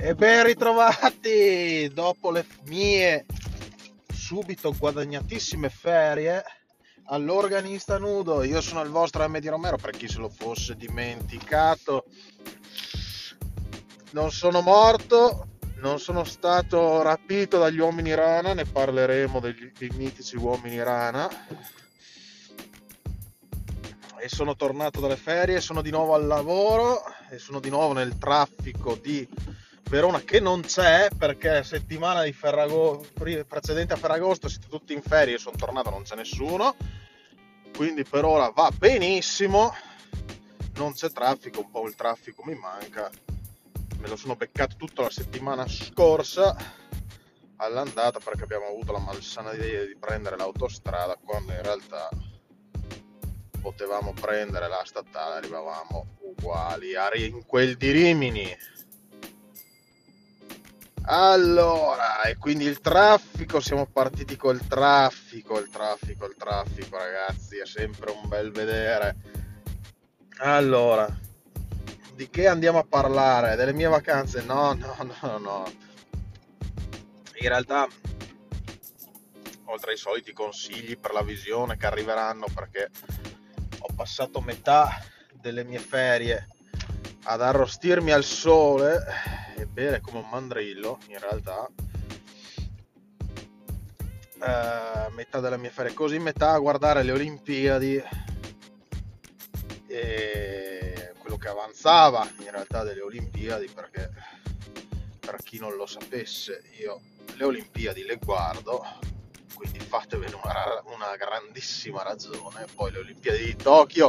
E ben ritrovati dopo le mie subito guadagnatissime ferie all'Organista Nudo. Io sono il vostro MD Romero, per chi se lo fosse dimenticato. Non sono morto, non sono stato rapito dagli uomini rana, ne parleremo dei mitici uomini rana. E sono tornato dalle ferie, sono di nuovo al lavoro e sono di nuovo nel traffico di Verona, che non c'è perché settimana di precedente a Ferragosto siete tutti in ferie, sono tornato, non c'è nessuno, quindi per ora va benissimo, non c'è traffico, un po' il traffico mi manca, me lo sono beccato tutta la settimana scorsa all'andata perché abbiamo avuto la malsana idea di prendere l'autostrada quando in realtà potevamo prendere la statale, arrivavamo uguali in quel di Rimini. Allora, e quindi il traffico, siamo partiti col traffico, il traffico ragazzi, è sempre un bel vedere. Allora, di che andiamo a parlare? Delle mie vacanze? No. In realtà, oltre ai soliti consigli per la visione che arriveranno, perché ho passato metà delle mie ferie ad arrostirmi al sole e bere come un mandrillo, in realtà metà della mia ferie così, metà a guardare le Olimpiadi e quello che avanzava in realtà delle Olimpiadi, perché per chi non lo sapesse io le Olimpiadi le guardo, quindi fatevene una grandissima ragione. Poi le Olimpiadi di Tokyo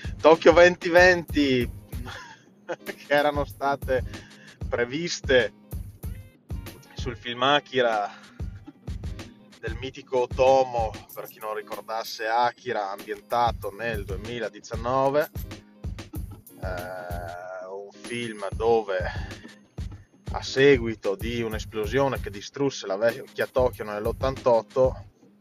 2020 che erano state previste sul film Akira del mitico Otomo, per chi non ricordasse Akira, ambientato nel 2019, un film dove a seguito di un'esplosione che distrusse la vecchia Tokyo nell'88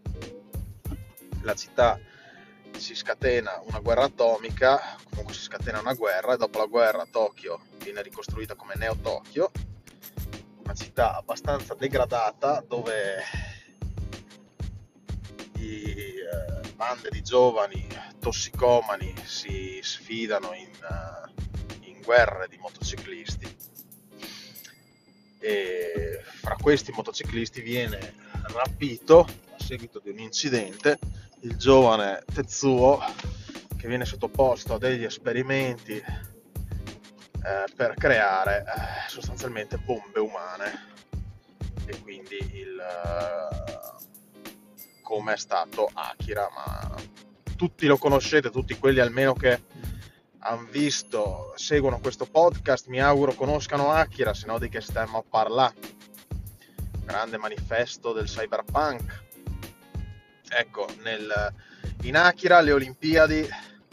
la città si scatena una guerra atomica, comunque si scatena una guerra, e dopo la guerra Tokyo viene ricostruita come Neo Tokyo, una città abbastanza degradata dove bande di giovani tossicomani si sfidano in guerre di motociclisti, e fra questi motociclisti viene rapito a seguito di un incidente il giovane Tetsuo, che viene sottoposto a degli esperimenti per creare sostanzialmente bombe umane, e quindi come è stato Akira. Ma tutti lo conoscete, tutti quelli almeno che hanno visto, seguono questo podcast, mi auguro conoscano Akira, se no di che stiamo a parlare? Grande manifesto del cyberpunk. Ecco, in Akira le Olimpiadi,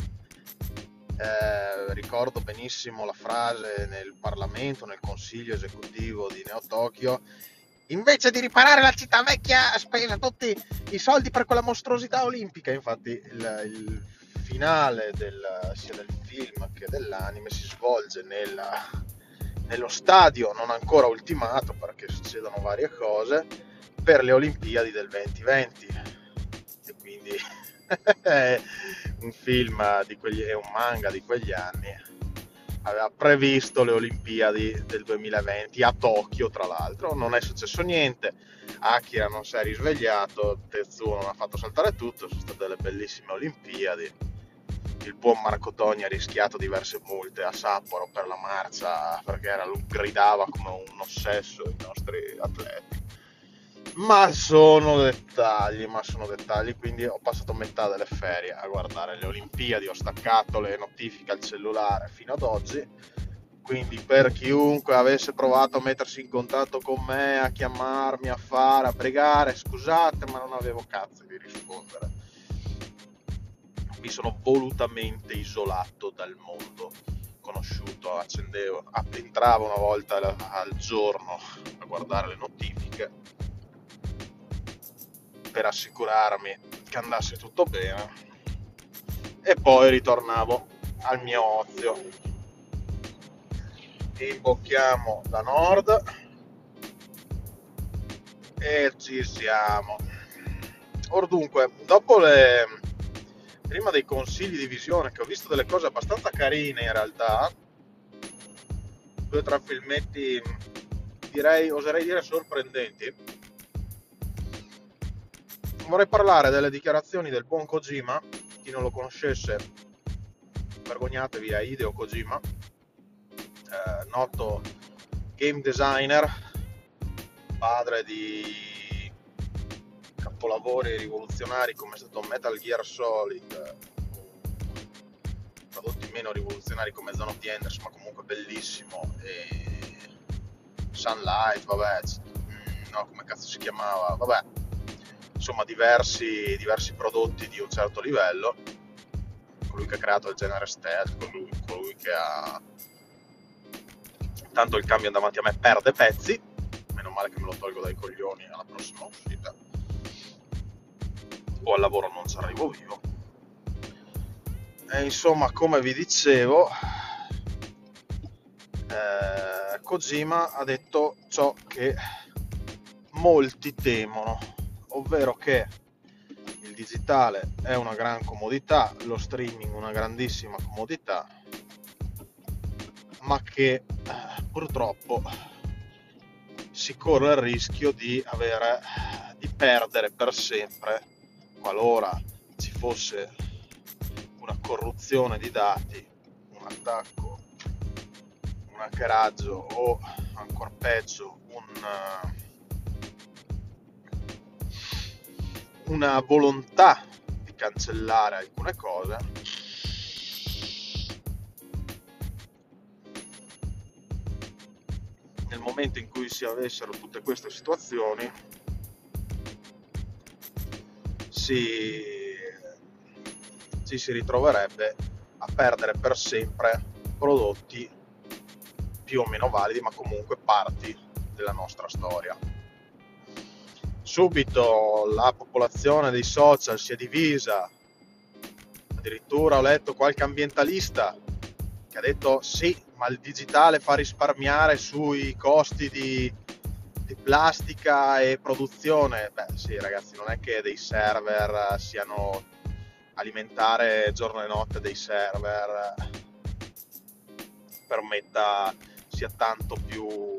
ricordo benissimo la frase nel Parlamento, nel Consiglio esecutivo di Neo Tokyo: invece di riparare la città vecchia, spesa tutti i soldi per quella mostruosità olimpica. Infatti il finale sia del film che dell'anime si svolge nello stadio non ancora ultimato, perché succedono varie cose, per le Olimpiadi del 2020. E quindi è un film è un manga di quegli anni, aveva previsto le Olimpiadi del 2020 a Tokyo. Tra l'altro non è successo niente, Akira non si è risvegliato, Tetsuo non ha fatto saltare tutto, sono state delle bellissime Olimpiadi. Il buon Marco Toni ha rischiato diverse multe a Sapporo per la marcia, perché gridava come un ossesso i nostri atleti. Ma sono dettagli, quindi ho passato metà delle ferie a guardare le Olimpiadi, ho staccato le notifiche al cellulare fino ad oggi, quindi per chiunque avesse provato a mettersi in contatto con me, a chiamarmi, a pregare, scusate ma non avevo cazzo di rispondere, mi sono volutamente isolato dal mondo conosciuto, entravo una volta al giorno a guardare le notifiche per assicurarmi che andasse tutto bene, e poi ritornavo al mio ozio. imbocchiamo da nord e ci siamo. Or dunque, prima dei consigli di visione, che ho visto delle cose abbastanza carine in realtà, 2 o 3 filmetti, oserei dire sorprendenti, vorrei parlare delle dichiarazioni del buon Kojima. Chi non lo conoscesse, vergognatevi, è Hideo Kojima, noto game designer, padre di capolavori rivoluzionari come è stato Metal Gear Solid, prodotti meno rivoluzionari come Zone of the Enders, ma comunque bellissimo, e Sunlight, vabbè, no, come cazzo si chiamava, vabbè, insomma diversi prodotti di un certo livello, colui che ha creato il genere stealth, colui che ha, tanto il camion davanti a me perde pezzi, meno male che me lo tolgo dai coglioni alla prossima uscita, o al lavoro non ci arrivo vivo. E insomma, come vi dicevo, Kojima ha detto ciò che molti temono, ovvero che il digitale è una gran comodità, lo streaming una grandissima comodità, ma che purtroppo si corre il rischio di perdere per sempre, qualora ci fosse una corruzione di dati, un attacco, un hackeraggio o ancora peggio una volontà di cancellare alcune cose. Nel momento in cui si avessero tutte queste situazioni, ci si ritroverebbe a perdere per sempre prodotti più o meno validi, ma comunque parti della nostra storia. Subito la popolazione dei social si è divisa, addirittura ho letto qualche ambientalista che ha detto sì, ma il digitale fa risparmiare sui costi di plastica e produzione. Beh sì ragazzi, non è che dei server siano alimentare giorno e notte dei server permetta sia tanto più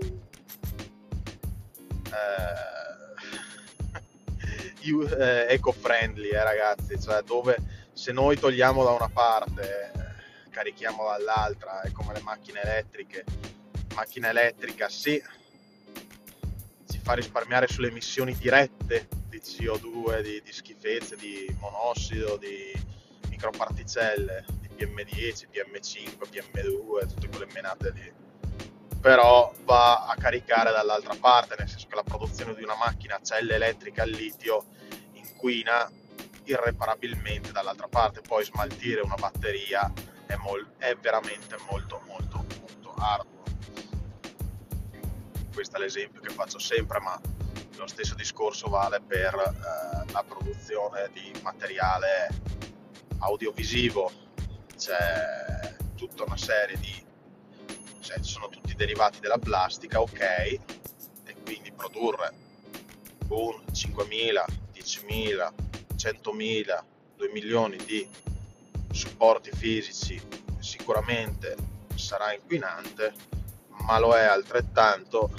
eco-friendly, ragazzi, cioè dove se noi togliamo da una parte carichiamo dall'altra, è come le macchine elettriche. Macchina elettrica sì, si fa risparmiare sulle emissioni dirette di CO2, di schifezze, di monossido, di microparticelle, di PM10, PM5, PM2, tutte quelle menate lì. Però va a caricare dall'altra parte, nel senso che la produzione di una macchina a cella elettrica al litio inquina irreparabilmente dall'altra parte. Poi smaltire una batteria è veramente molto molto molto arduo. Questo è l'esempio che faccio sempre, ma lo stesso discorso vale per la produzione di materiale audiovisivo. C'è tutta una serie sono tutti derivati della plastica, ok, e quindi produrre un 5.000, 10.000, 100.000, 2 milioni di supporti fisici sicuramente sarà inquinante, ma lo è altrettanto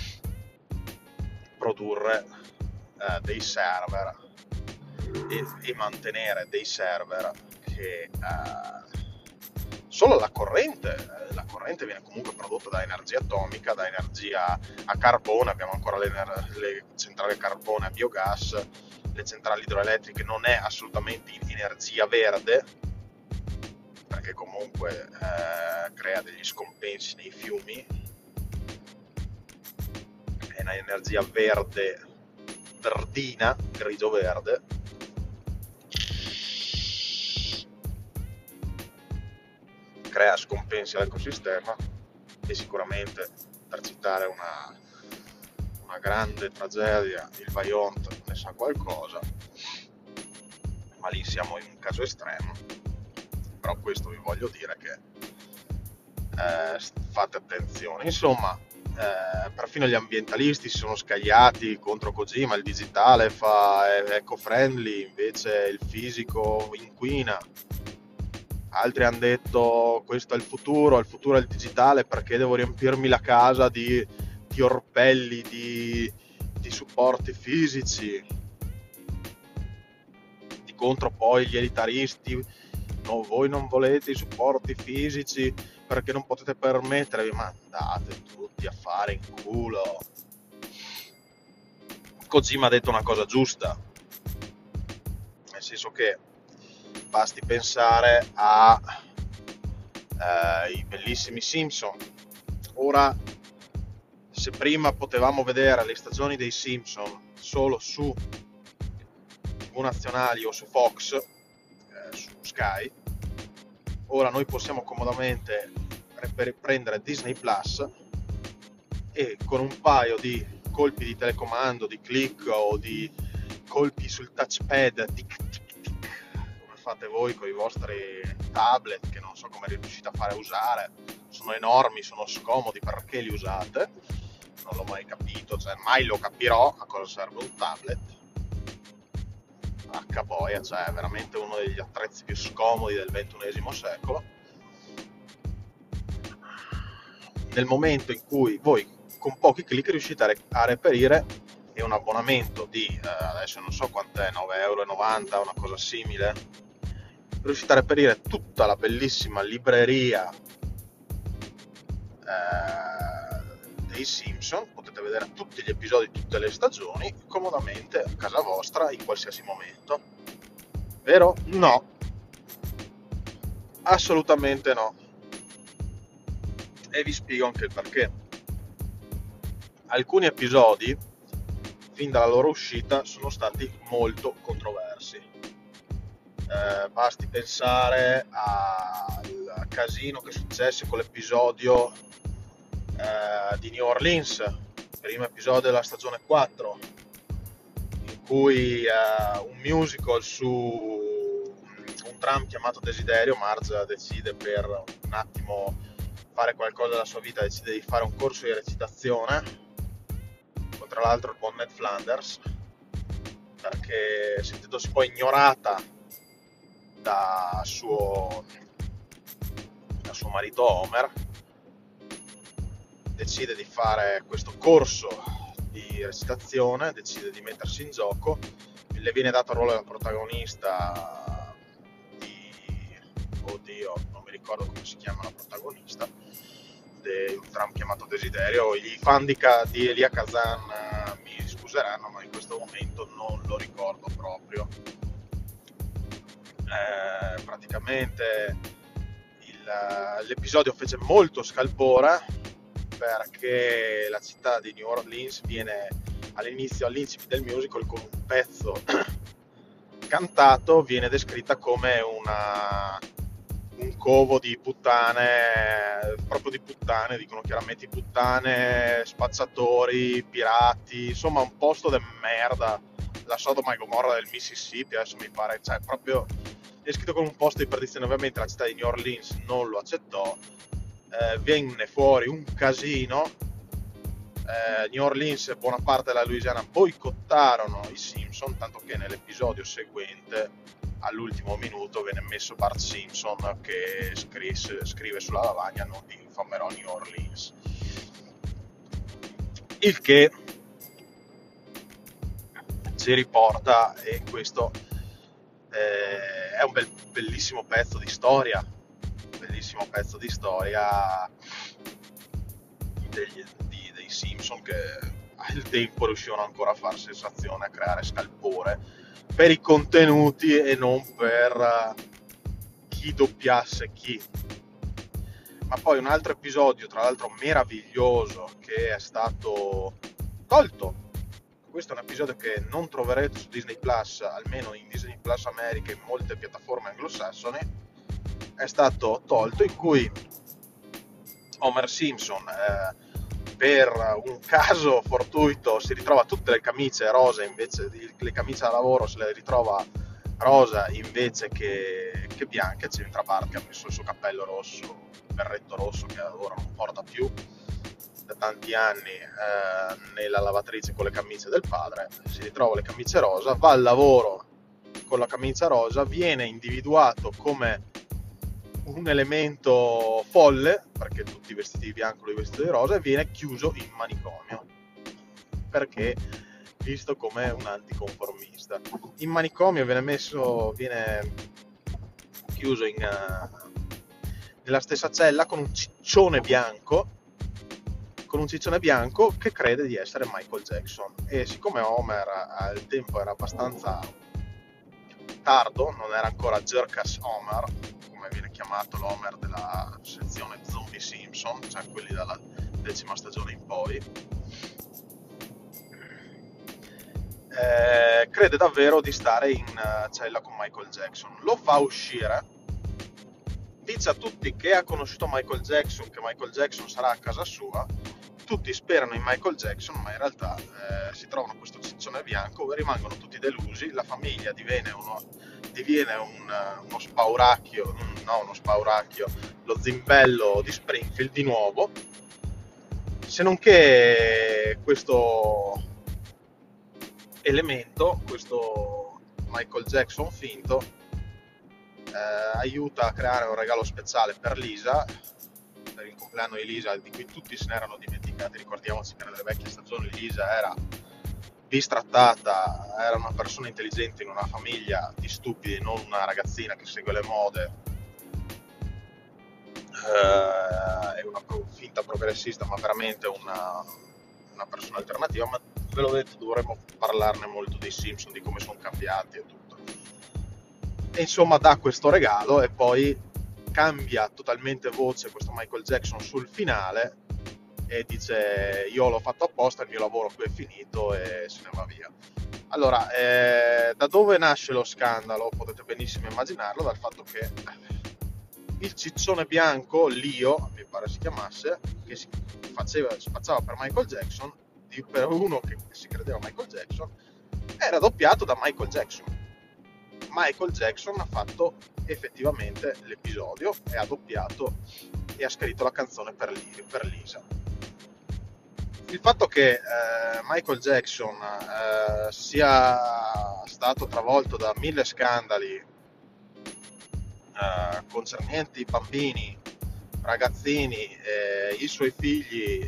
produrre dei server e mantenere dei server che solo la corrente viene comunque prodotta da energia atomica, da energia a carbone. Abbiamo ancora le centrali a carbone, a biogas, le centrali idroelettriche. Non è assolutamente energia verde, perché comunque crea degli scompensi nei fiumi, è un'energia verdina, grigio-verde. Crea scompensi all'ecosistema, e sicuramente, per citare una grande tragedia, il Vajont ne sa qualcosa, ma lì siamo in un caso estremo. Però questo vi voglio dire che fate attenzione. Insomma, perfino gli ambientalisti si sono scagliati contro Kojima, il digitale è eco-friendly, invece il fisico inquina. Altri hanno detto questo è il futuro è il digitale, perché devo riempirmi la casa di orpelli, di supporti fisici. Di contro poi gli elitaristi, no, voi non volete i supporti fisici perché non potete permettervi, ma andate tutti a fare in culo. Kojima ha detto una cosa giusta, nel senso che basti pensare ai bellissimi Simpson. Ora, se prima potevamo vedere le stagioni dei Simpson solo su TV nazionali o su Fox, su Sky, ora noi possiamo comodamente prendere Disney Plus e con un paio di colpi di telecomando, di click o di colpi sul touchpad, tic tic tic, come fate voi con i vostri tablet, che non so come riuscite a fare a usare, sono enormi, sono scomodi, perché li usate? Non l'ho mai capito, cioè mai lo capirò a cosa serve un tablet. H boia, cioè è veramente uno degli attrezzi più scomodi del XXI secolo. Nel momento in cui voi con pochi clic riuscite a reperire, e un abbonamento di adesso non so quant'è, 9,90 €, una cosa simile, riuscite a reperire tutta la bellissima libreria dei Simpson, potete vedere tutti gli episodi, tutte le stagioni comodamente a casa vostra in qualsiasi momento. Vero? No, assolutamente no, e vi spiego anche il perché. Alcuni episodi fin dalla loro uscita sono stati molto controversi. Basti pensare al casino che successe con l'episodio di New Orleans, primo episodio della stagione 4, in cui un musical su un tram chiamato Desiderio, Marge decide per un attimo fare qualcosa della sua vita, decide di fare un corso di recitazione, tra l'altro il buon Ned Flanders, perché sentendosi poi ignorata da suo marito Homer, decide di fare questo corso di recitazione, decide di mettersi in gioco, le viene dato il ruolo della protagonista oddio, non mi ricordo come si chiama la protagonista, di un tram chiamato Desiderio. I fan di Elia Kazan mi scuseranno, ma in questo momento non lo ricordo proprio. Praticamente l'episodio fece molto scalpore, perché la città di New Orleans viene all'incipit del musical, con un pezzo cantato, viene descritta come un covo di puttane, proprio di puttane, dicono chiaramente puttane, spacciatori, pirati, insomma un posto de merda, la Sodoma e Gomorra del Mississippi, adesso mi pare, cioè proprio è scritto come un posto di perdizione. Ovviamente la città di New Orleans non lo accettò, venne fuori un casino, New Orleans e buona parte della Louisiana boicottarono i Simpson, tanto che nell'episodio seguente, all'ultimo minuto, venne messo Bart Simpson che scrive sulla lavagna: non vi infamerò New Orleans. Il che ci riporta, e questo è un bellissimo pezzo di storia, dei Simpson, che al tempo riuscivano ancora a fare sensazione, a creare scalpore per i contenuti e non per chi doppiasse chi. Ma poi un altro episodio, tra l'altro meraviglioso, che è stato tolto. Questo è un episodio che non troverete su Disney Plus, almeno in Disney Plus America e in molte piattaforme anglosassoni. È stato tolto, in cui Homer Simpson, per un caso fortuito, si ritrova tutte le camicie rosa, invece le camicie da lavoro se le ritrova Rosa invece che bianca, c'entra Bart che ha messo il suo cappello rosso, il berretto rosso che ora non porta più da tanti anni nella lavatrice con le camicie del padre, si ritrova le camicie rosa, va al lavoro con la camicia rosa, viene individuato come un elemento folle, perché tutti vestiti di bianco, lui vestito di rosa, e viene chiuso in manicomio, perché visto come un anticonformista. In manicomio viene chiuso nella stessa cella con un ciccione bianco che crede di essere Michael Jackson, e siccome Homer al tempo era abbastanza tardo, non era ancora Jerkass Homer, come viene chiamato l'Homer della sezione Zombie Simpson, cioè quelli dalla 10ª stagione in poi, crede davvero di stare in cella con Michael Jackson. Lo fa uscire, dice a tutti che ha conosciuto Michael Jackson, che Michael Jackson sarà a casa sua. Tutti sperano in Michael Jackson, ma in realtà si trovano questo ciccione bianco, rimangono tutti delusi, la famiglia diviene uno spauracchio, lo zimbello di Springfield di nuovo, se non che questo elemento, questo Michael Jackson finto, aiuta a creare un regalo speciale per Lisa, per il compleanno di Lisa, di cui tutti se ne erano dimenticati. Ricordiamoci che nelle vecchie stagioni Lisa era bistrattata, era una persona intelligente in una famiglia di stupidi, non una ragazzina che segue le mode, è una finta progressista, ma veramente una persona alternativa. Ma ve l'ho detto, dovremmo parlarne molto dei Simpson, di come sono cambiati e tutto. E insomma dà questo regalo e poi cambia totalmente voce questo Michael Jackson sul finale e dice: io l'ho fatto apposta, il mio lavoro qui è finito, e se ne va via. Allora, da dove nasce lo scandalo? Potete benissimo immaginarlo dal fatto che il ciccione bianco, Leo mi pare si chiamasse, che si faceva per Michael Jackson, per uno che si credeva Michael Jackson, era doppiato da Michael Jackson. Michael Jackson ha fatto effettivamente l'episodio e ha doppiato e ha scritto la canzone per Lisa. Il fatto che Michael Jackson sia stato travolto da 1000 scandali concernenti i bambini, ragazzini, i suoi figli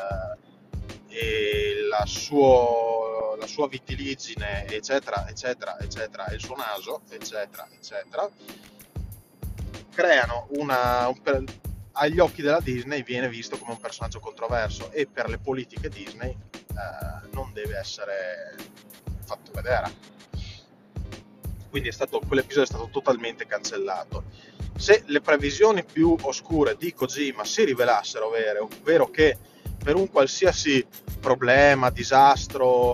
e la sua vitiligine, eccetera, eccetera, eccetera, e il suo naso, eccetera, eccetera, creano agli occhi della Disney viene visto come un personaggio controverso, e per le politiche Disney non deve essere fatto vedere. Quindi quell'episodio è stato totalmente cancellato. Se le previsioni più oscure di Kojima si rivelassero vere, ovvero che per un qualsiasi problema, disastro,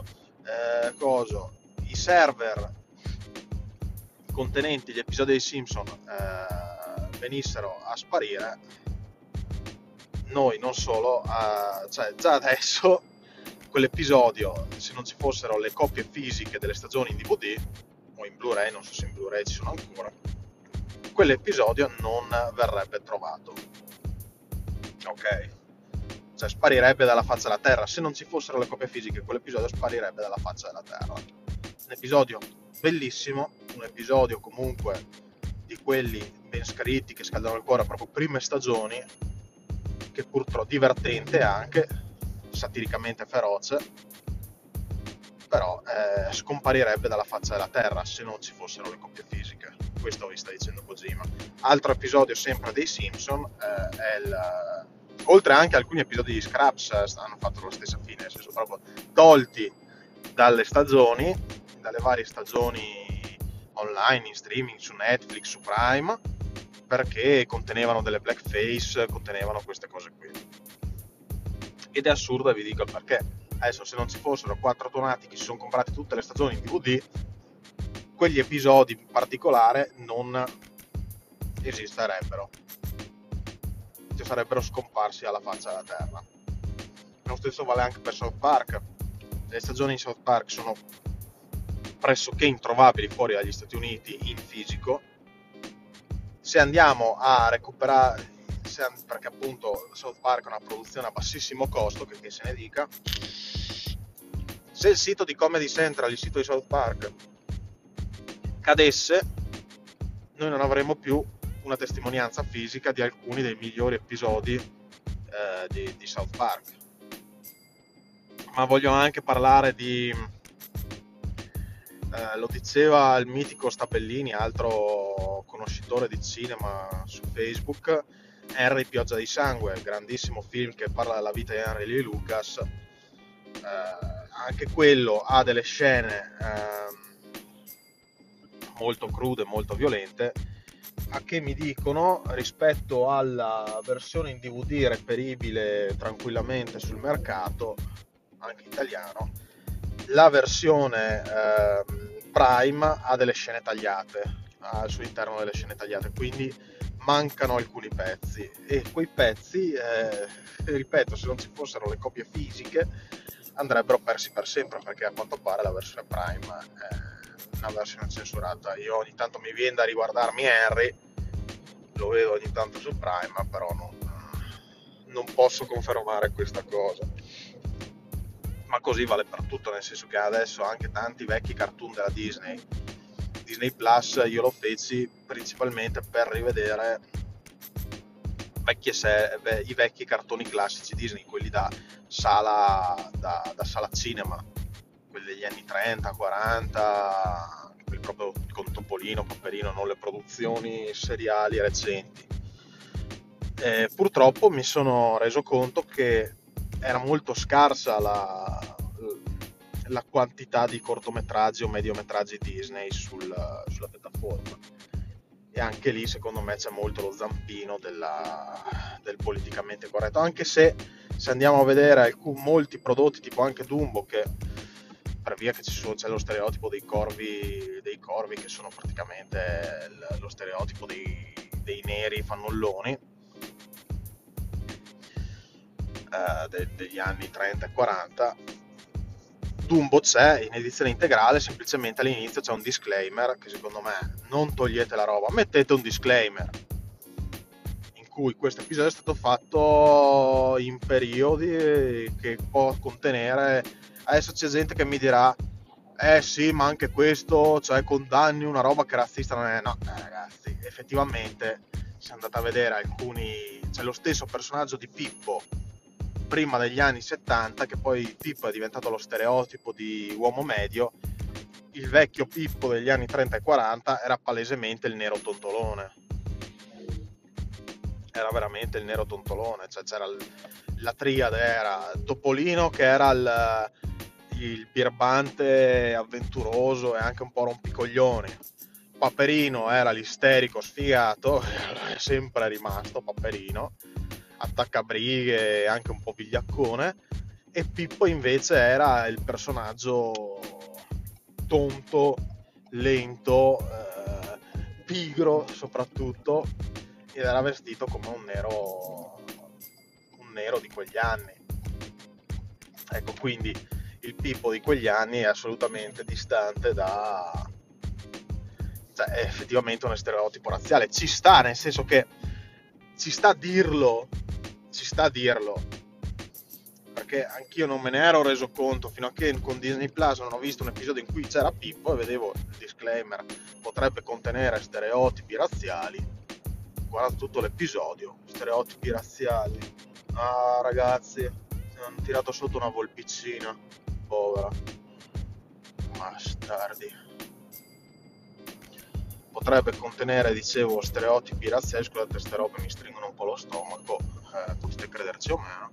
i server contenenti gli episodi dei Simpson venissero a sparire, noi non solo, cioè già adesso quell'episodio, se non ci fossero le copie fisiche delle stagioni in DVD o in Blu-ray, non so se in Blu-ray ci sono ancora, quell'episodio non verrebbe trovato, ok? Cioè sparirebbe dalla faccia della terra. Se non ci fossero le copie fisiche, quell'episodio sparirebbe dalla faccia della terra. Un episodio bellissimo, un episodio comunque di quelli ben scritti che scaldano il cuore, proprio prime stagioni, che purtroppo divertente anche, satiricamente feroce, però scomparirebbe dalla faccia della terra se non ci fossero le copie fisiche. Questo vi sta dicendo Kojima. Altro episodio sempre dei Simpson è oltre anche alcuni episodi di Scraps hanno fatto la stessa fine, nel senso proprio tolti dalle varie stagioni online, in streaming, su Netflix, su Prime, perché contenevano delle blackface, contenevano queste cose qui. Ed è assurdo, e vi dico il perché. Adesso, se non ci fossero 4 tonati che si sono comprati tutte le stagioni in DVD, quegli episodi in particolare non esisterebbero, cioè sarebbero scomparsi alla faccia della terra. Lo stesso vale anche per South Park. Le stagioni di South Park sono pressoché introvabili fuori dagli Stati Uniti in fisico. Se andiamo a recuperare, perché appunto South Park è una produzione a bassissimo costo, che se ne dica, se il sito di Comedy Central, il sito di South Park, cadesse, noi non avremmo più una testimonianza fisica di alcuni dei migliori episodi di South Park. Ma voglio anche parlare di lo diceva il mitico Stabellini, altro conoscitore di cinema su Facebook, Henry Pioggia di Sangue, grandissimo film che parla della vita di Henry Lee Lucas. Anche quello ha delle scene molto crude, molto violente, a che mi dicono, rispetto alla versione in DVD reperibile tranquillamente sul mercato, anche italiano, la versione Prime ha delle scene tagliate, ha al suo interno delle scene tagliate, quindi mancano alcuni pezzi, e quei pezzi, ripeto, se non ci fossero le copie fisiche andrebbero persi per sempre, perché a quanto pare la versione Prime è una versione censurata. Io ogni tanto mi viene da riguardarmi Henry, lo vedo ogni tanto su Prime, però non posso confermare questa cosa. Ma così vale per tutto, nel senso che adesso anche tanti vecchi cartoon della Disney Plus, io lo feci principalmente per rivedere i vecchi cartoni classici Disney, quelli da sala cinema, quelli degli anni 30, 40, quelli proprio con Topolino, Paperino, non le produzioni seriali recenti. Purtroppo mi sono reso conto che era molto scarsa la quantità di cortometraggi o mediometraggi Disney sulla piattaforma, e anche lì secondo me c'è molto lo zampino del politicamente corretto, anche se andiamo a vedere molti prodotti tipo anche Dumbo, che per via che c'è lo stereotipo dei corvi che sono praticamente lo stereotipo dei neri fannulloni degli anni 30 e 40. Dumbo c'è in edizione integrale, semplicemente all'inizio c'è un disclaimer che secondo me, non togliete la roba, mettete un disclaimer in cui questo episodio è stato fatto in periodi che può contenere, adesso c'è gente che mi dirà sì, ma anche questo, cioè condanni una roba che razzista non è. No, ragazzi, effettivamente se andate a vedere alcuni, c'è lo stesso personaggio di Pippo prima degli anni 70, che poi Pippo è diventato lo stereotipo di uomo medio. Il vecchio Pippo degli anni 30 e 40 era palesemente il nero tontolone, era veramente il nero tontolone, cioè c'era la triade, era Topolino che era il birbante avventuroso e anche un po' rompicoglioni, Paperino era l'isterico sfigato, è sempre rimasto Paperino, attaccabrighe e anche un po' vigliaccone, e Pippo invece era il personaggio tonto, lento, pigro soprattutto, ed era vestito come un nero di quegli anni. Ecco, quindi il Pippo di quegli anni è assolutamente distante cioè è effettivamente uno stereotipo razziale. Ci sta, nel senso che ci sta a dirlo, perché anch'io non me ne ero reso conto fino a che con Disney Plus non ho visto un episodio in cui c'era Pippo e vedevo il disclaimer, potrebbe contenere stereotipi razziali. Guarda tutto l'episodio, stereotipi razziali. Ah, ragazzi, hanno tirato sotto una volpicina, povera. Bastardi. Potrebbe contenere, dicevo, stereotipi razziali. Scusate, queste robe mi stringono un po' lo stomaco, potete crederci o meno.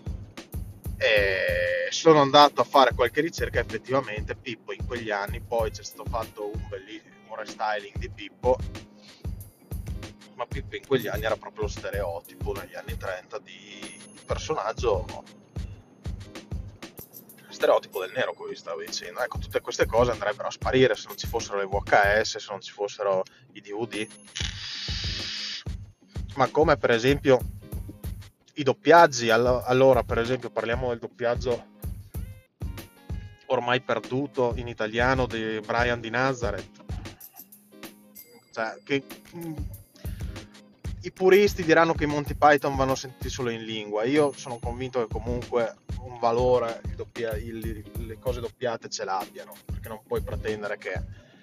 E sono andato a fare qualche ricerca, effettivamente Pippo in quegli anni, poi c'è stato fatto un restyling di Pippo, ma Pippo in quegli anni era proprio lo stereotipo negli anni 30 di personaggio, stereotipo del nero, come vi stavo dicendo. Ecco, tutte queste cose andrebbero a sparire se non ci fossero le VHS, se non ci fossero i DVD, ma come per esempio i doppiaggi. Allora, per esempio, parliamo del doppiaggio ormai perduto in italiano di Brian di Nazareth. Cioè, che i puristi diranno che i Monty Python vanno sentiti solo in lingua. Io sono convinto che comunque un valore le cose doppiate ce l'abbiano, perché non puoi pretendere che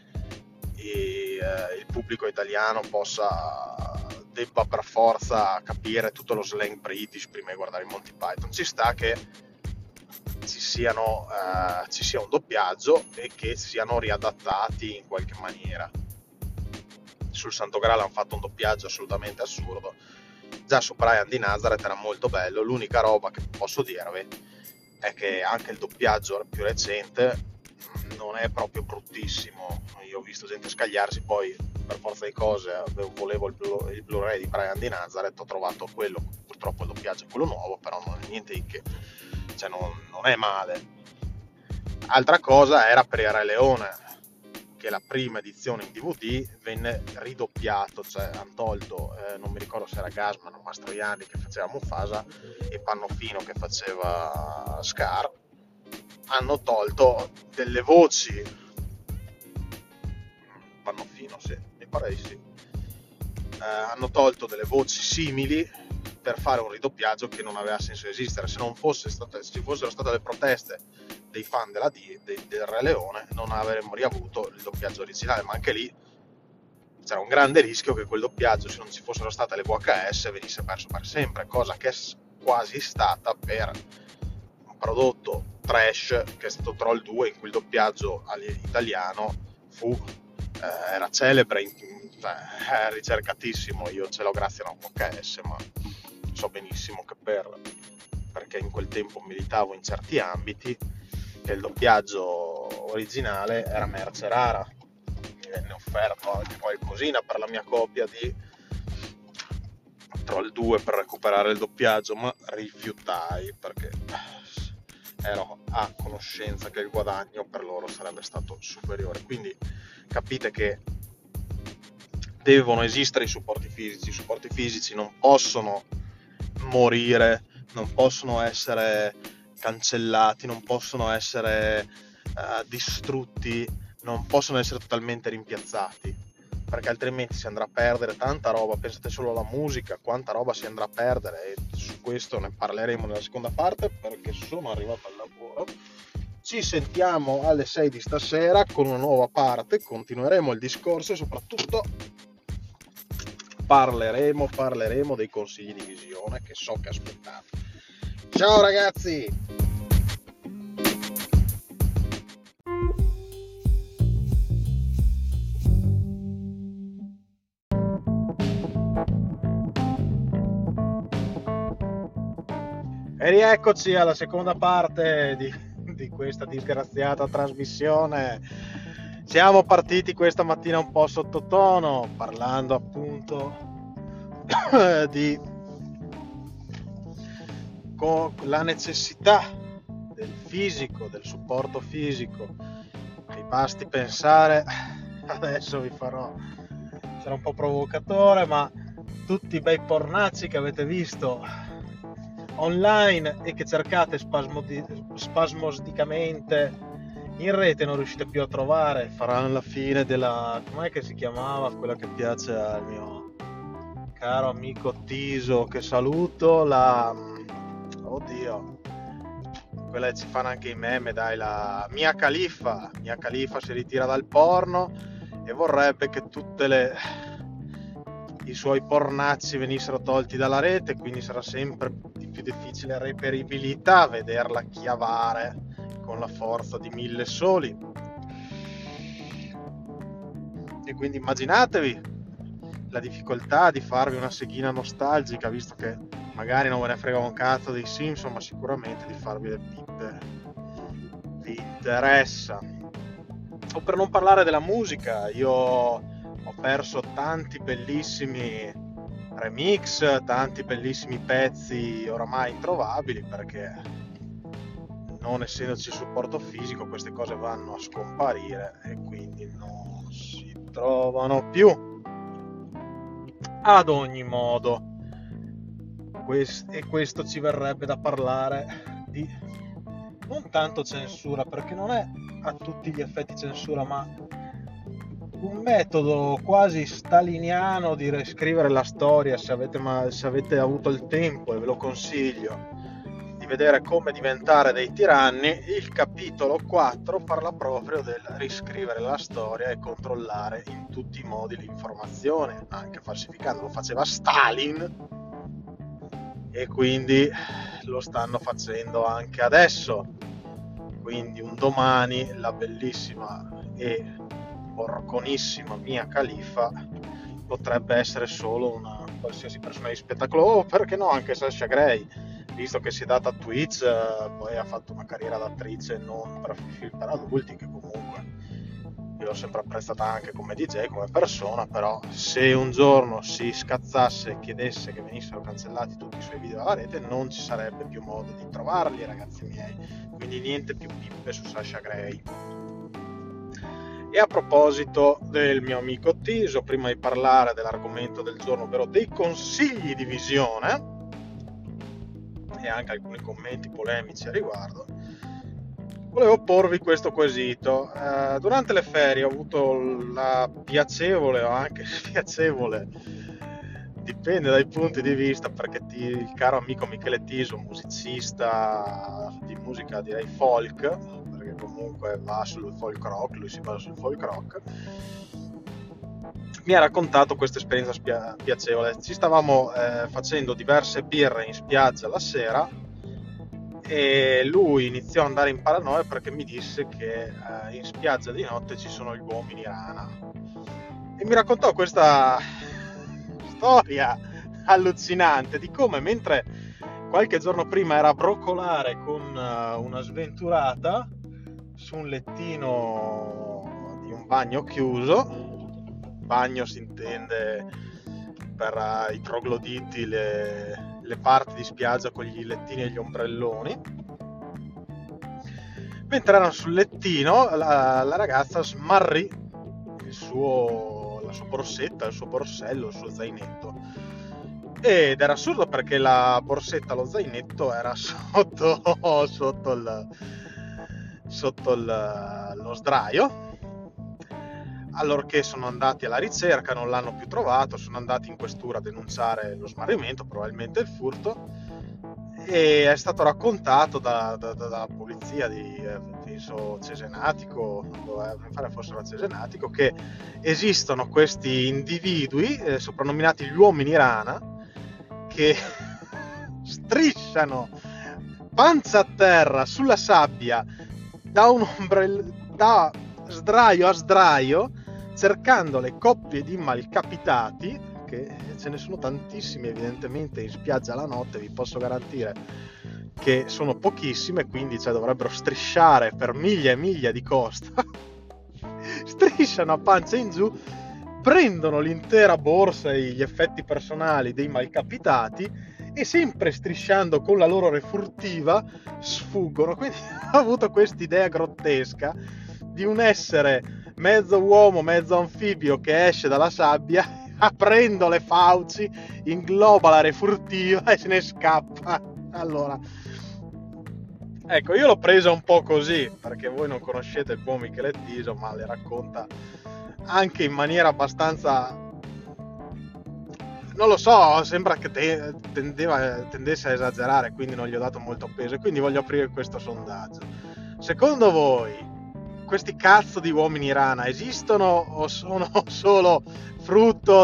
il pubblico italiano debba per forza capire tutto lo slang british prima di guardare i Monty Python. Ci sta che ci sia un doppiaggio e che siano riadattati in qualche maniera. Sul Santo Graal hanno fatto un doppiaggio assolutamente assurdo, già su Brian di Nazareth era molto bello. L'unica roba che posso dirvi è che anche il doppiaggio più recente non è proprio bruttissimo. Io ho visto gente scagliarsi, poi per forza di cose volevo il Blu-ray di Brian di Nazareth, ho trovato quello, purtroppo il doppiaggio è quello nuovo, però non è niente di che, cioè non è male. Altra cosa era per il Re Leone, che la prima edizione in DVD venne ridoppiato, cioè hanno tolto, non mi ricordo se era Gasman o Mastroianni che faceva Mufasa e Pannofino che faceva Scar, hanno tolto delle voci, Pannofino sì, mi pare di sì, hanno tolto delle voci simili per fare un ridoppiaggio che non aveva senso esistere. Se ci fossero state le proteste dei fan del Re Leone, non avremmo riavuto il doppiaggio originale, ma anche lì c'era un grande rischio che quel doppiaggio, se non ci fossero state le VHS, venisse perso per sempre, cosa che è quasi stata per un prodotto trash che è stato Troll 2, in cui il doppiaggio all'italiano era celebre, ricercatissimo. Io ce l'ho grazie a una VHS, ma so benissimo che perché in quel tempo militavo in certi ambiti, che il doppiaggio originale era merce rara. Mi venne offerto anche qualcosina per la mia copia di Troll 2 per recuperare il doppiaggio, ma rifiutai perché ero a conoscenza che il guadagno per loro sarebbe stato superiore. Quindi capite che devono esistere i supporti fisici non possono morire, non possono essere cancellati, non possono essere distrutti, non possono essere totalmente rimpiazzati, perché altrimenti si andrà a perdere tanta roba. Pensate solo alla musica, quanta roba si andrà a perdere, e su questo ne parleremo nella seconda parte, perché sono arrivato al lavoro. Ci sentiamo alle 6 di stasera con una nuova parte, continueremo il discorso e soprattutto parleremo dei consigli di visione che so che aspettate. Ciao ragazzi! E rieccoci alla seconda parte di questa disgraziata trasmissione. Siamo partiti questa mattina un po' sottotono, parlando appunto con la necessità del fisico, del supporto fisico. Mi basti pensare, adesso sarà un po' provocatore, ma tutti i bei pornacci che avete visto online e che cercate spasmodicamente in rete non riuscite più a trovare, faranno la fine della, com'è che si chiamava quella che piace al mio caro amico Tiso, che saluto, quella che ci fanno anche i meme, dai, la Mia Khalifa si ritira dal porno e vorrebbe che i suoi pornacci venissero tolti dalla rete, quindi sarà sempre di più difficile reperibilità vederla chiavare con la forza di 1000 soli. E quindi immaginatevi la difficoltà di farvi una seghina nostalgica, visto che magari non ve ne frega un cazzo dei Simpson, ma sicuramente di farvi le pippe vi interessa. O per non parlare della musica, io ho perso tanti bellissimi remix, tanti bellissimi pezzi oramai introvabili, perché non essendoci supporto fisico queste cose vanno a scomparire e quindi non si trovano più. Ad ogni modo, questo ci verrebbe da parlare di non tanto censura, perché non è a tutti gli effetti censura, ma un metodo quasi staliniano di riscrivere la storia. Se avete avuto il tempo, e ve lo consiglio, di vedere come diventare dei tiranni, il capitolo 4 parla proprio del riscrivere la storia e controllare in tutti i modi l'informazione, anche falsificando. Lo faceva Stalin e quindi lo stanno facendo anche adesso. Quindi un domani la bellissima e porconissima Mia Khalifa potrebbe essere solo una qualsiasi persona di spettacolo, o perché no anche Sasha Grey, visto che si è data a Twitch, poi ha fatto una carriera d'attrice non per film per adulti, che comunque io l'ho sempre apprezzata anche come DJ, come persona. Però se un giorno si scazzasse e chiedesse che venissero cancellati tutti i suoi video dalla rete, non ci sarebbe più modo di trovarli, ragazzi miei. Quindi niente più pippe su Sasha Grey. E a proposito del mio amico Tiso, prima di parlare dell'argomento del giorno, ovvero dei consigli di visione, e anche alcuni commenti polemici a riguardo, volevo porvi questo quesito. Durante le ferie ho avuto la piacevole o anche spiacevole, dipende dai punti di vista, perché il caro amico Michele Tiso, musicista di musica direi folk, perché comunque va sul folk rock, lui si basa sul folk rock, mi ha raccontato questa esperienza piacevole. Ci stavamo facendo diverse birre in spiaggia la sera e lui iniziò ad andare in paranoia perché mi disse che in spiaggia di notte ci sono gli uomini rana, e mi raccontò questa storia allucinante di come, mentre qualche giorno prima era a broccolare con una sventurata su un lettino di un bagno chiuso, bagno si intende per i trogloditi le parti di spiaggia con gli lettini e gli ombrelloni, mentre erano sul lettino la ragazza smarrì la sua borsetta, il suo borsello, il suo zainetto, ed era assurdo perché la borsetta, lo zainetto era sotto lo sdraio. Allorché sono andati alla ricerca, non l'hanno più trovato, sono andati in questura a denunciare lo smarrimento, probabilmente il furto, e è stato raccontato dalla polizia di penso Cesenatico, mi pare fossero a Cesenatico, che esistono questi individui soprannominati gli uomini rana, che strisciano panza a terra sulla sabbia da sdraio a sdraio, cercando le coppie di malcapitati, che ce ne sono tantissimi evidentemente in spiaggia la notte, vi posso garantire che sono pochissime, quindi dovrebbero strisciare per miglia e miglia di costa. Strisciano a pancia in giù, prendono l'intera borsa e gli effetti personali dei malcapitati e, sempre strisciando con la loro refurtiva, sfuggono. Quindi ho avuto quest'idea grottesca di un essere mezzo uomo, mezzo anfibio che esce dalla sabbia, aprendo le fauci, ingloba la refurtiva e se ne scappa. Allora, ecco, io l'ho presa un po' così, perché voi non conoscete il buon Michele Tiso, ma le racconta anche in maniera abbastanza, non lo so, sembra che tendesse a esagerare, quindi non gli ho dato molto peso, e quindi voglio aprire questo sondaggio. Secondo voi questi cazzo di uomini rana esistono o sono solo frutto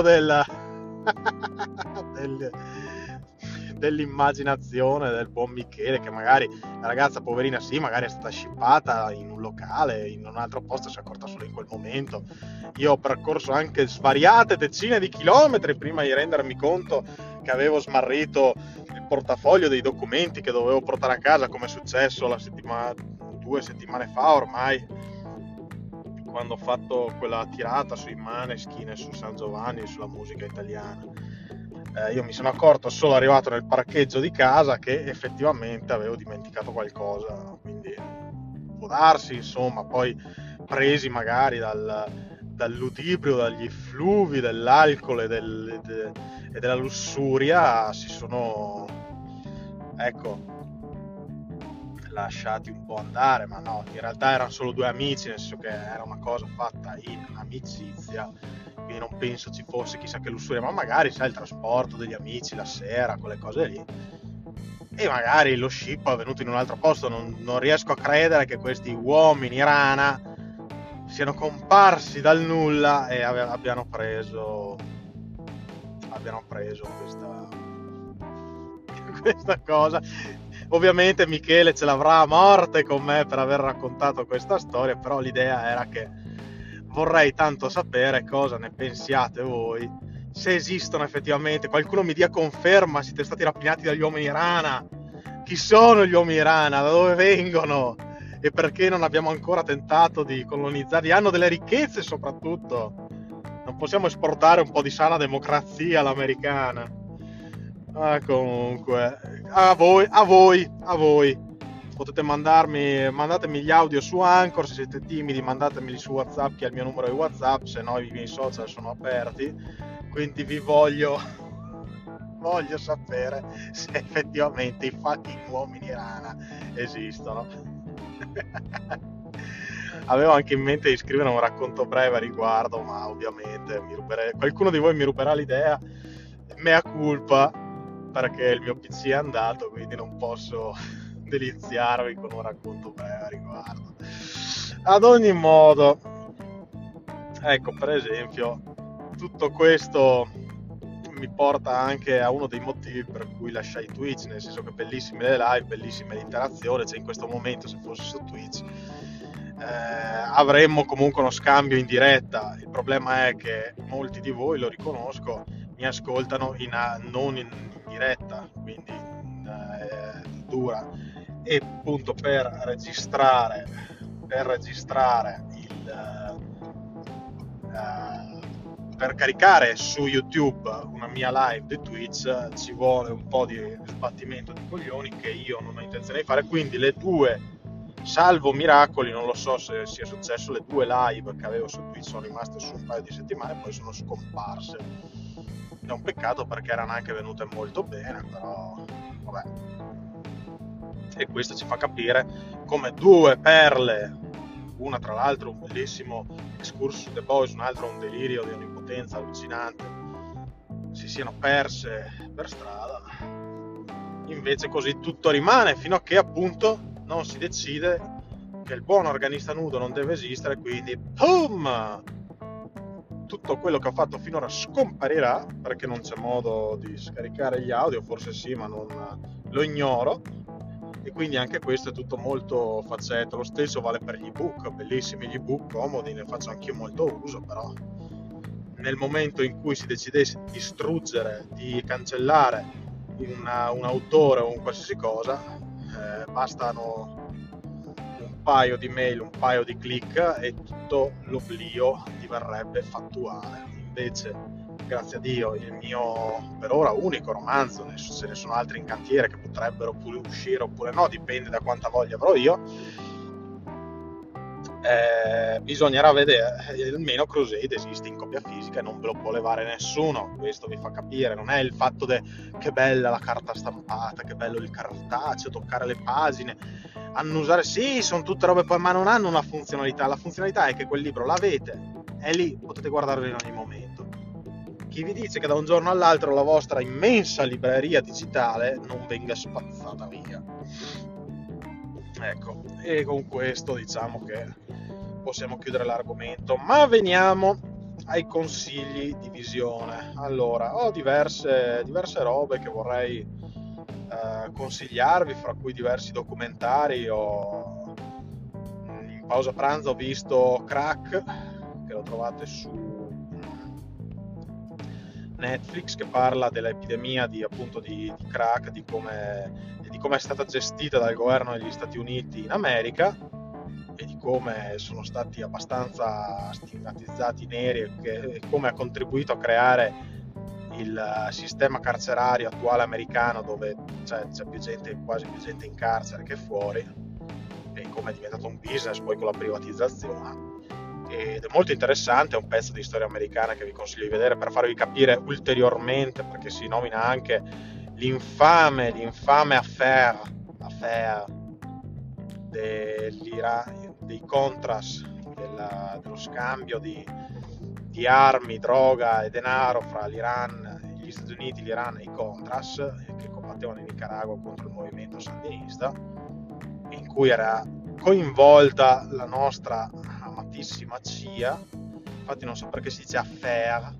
dell'immaginazione del buon Michele, che magari la ragazza poverina magari è stata scippata in un locale, in un altro posto, si è accorta solo in quel momento. Io ho percorso anche svariate decine di chilometri prima di rendermi conto che avevo smarrito il portafoglio dei documenti che dovevo portare a casa, come è successo 2 settimane fa ormai, quando ho fatto quella tirata sui Maneskin e su San Giovanni, sulla musica italiana. Io mi sono accorto solo arrivato nel parcheggio di casa che effettivamente avevo dimenticato qualcosa, quindi può darsi, insomma, poi presi magari dal ludibrio, dagli effluvi dell'alcol e della lussuria, si sono, ecco, lasciati un po' andare, ma no, in realtà erano solo due amici, nel senso che era una cosa fatta in amicizia, quindi non penso ci fosse chissà che lussuria, ma magari sai il trasporto degli amici la sera, quelle cose lì, e magari lo ship è avvenuto in un altro posto. Non riesco a credere che questi uomini rana siano comparsi dal nulla e abbiano preso questa cosa. Ovviamente Michele ce l'avrà a morte con me per aver raccontato questa storia, però l'idea era che vorrei tanto sapere cosa ne pensiate voi, se esistono effettivamente. Qualcuno mi dia conferma, siete stati rapinati dagli uomini rana? Chi sono gli uomini rana? Da dove vengono? E perché non abbiamo ancora tentato di colonizzarli? Hanno delle ricchezze soprattutto. Non possiamo esportare un po' di sana democrazia all'americana. Comunque, a voi. Potete mandatemi gli audio su Anchor, se siete timidi mandatemeli su WhatsApp, che è il mio numero di WhatsApp, se no i miei social sono aperti, quindi vi voglio sapere se effettivamente i fucking uomini rana esistono. Avevo anche in mente di scrivere un racconto breve a riguardo, ma ovviamente qualcuno di voi mi ruberà l'idea, mea culpa, perché il mio PC è andato, quindi non posso deliziarvi con un racconto breve a riguardo. Ad ogni modo, ecco, per esempio, tutto questo mi porta anche a uno dei motivi per cui lasciai Twitch, nel senso che bellissime le live, bellissime l'interazione, cioè in questo momento se fossi su Twitch avremmo comunque uno scambio in diretta. Il problema è che molti di voi, lo riconosco, mi ascoltano non in diretta, quindi dura, e appunto per registrare per caricare su YouTube una mia live di Twitch ci vuole un po' di sbattimento di coglioni che io non ho intenzione di fare, quindi le due, salvo miracoli, non lo so se sia successo, le due live che avevo su Twitch sono rimaste su un paio di settimane e poi sono scomparse. È un peccato perché erano anche venute molto bene, però vabbè. E questo ci fa capire come due perle, una tra l'altro un bellissimo excursus su The Boys, un altro un delirio di onnipotenza allucinante, si siano perse per strada. Invece così tutto rimane, fino a che appunto non si decide che il buon organista nudo non deve esistere, quindi boom! Tutto quello che ho fatto finora scomparirà, perché non c'è modo di scaricare gli audio, forse sì, ma non lo ignoro, e quindi anche questo è tutto molto faccetto. Lo stesso vale per gli ebook, bellissimi gli ebook, comodi, ne faccio anch'io molto uso, però nel momento in cui si decidesse di distruggere, di cancellare un autore o un qualsiasi cosa, bastano un paio di mail, un paio di click e tutto l'oblio diverrebbe fattuale. Invece, grazie a Dio, il mio per ora unico romanzo, se ne sono altri in cantiere che potrebbero pure uscire oppure no, dipende da quanta voglia avrò io, bisognerà vedere. Almeno Crusade esiste in copia fisica e non ve lo può levare nessuno. Questo vi fa capire, non è il fatto che bella la carta stampata, che bello il cartaceo, toccare le pagine, annusare, sì, sono tutte robe poi, ma non hanno una funzionalità. La funzionalità è che quel libro l'avete, è lì, potete guardarlo in ogni momento. Chi vi dice che da un giorno all'altro la vostra immensa libreria digitale non venga spazzata via? Ecco, e con questo diciamo che possiamo chiudere l'argomento, ma veniamo ai consigli di visione. Allora, ho diverse robe che vorrei consigliarvi, fra cui diversi documentari. In pausa pranzo ho visto Crack, che lo trovate su Netflix, che parla dell'epidemia di crack, di come è stata gestita dal governo degli Stati Uniti in America e di come sono stati abbastanza stigmatizzati i neri e come ha contribuito a creare il sistema carcerario attuale americano, dove c'è più gente, quasi più gente in carcere che fuori, e come è diventato un business poi con la privatizzazione. Ed è molto interessante, è un pezzo di storia americana che vi consiglio di vedere per farvi capire ulteriormente, perché si nomina anche l'infame affair dei contras, dello scambio di armi, droga e denaro fra l'Iran, gli Stati Uniti, l'Iran e i Contras, che combattevano in Nicaragua contro il movimento sandinista, in cui era coinvolta la nostra amatissima CIA. Infatti non so perché si dice affaire,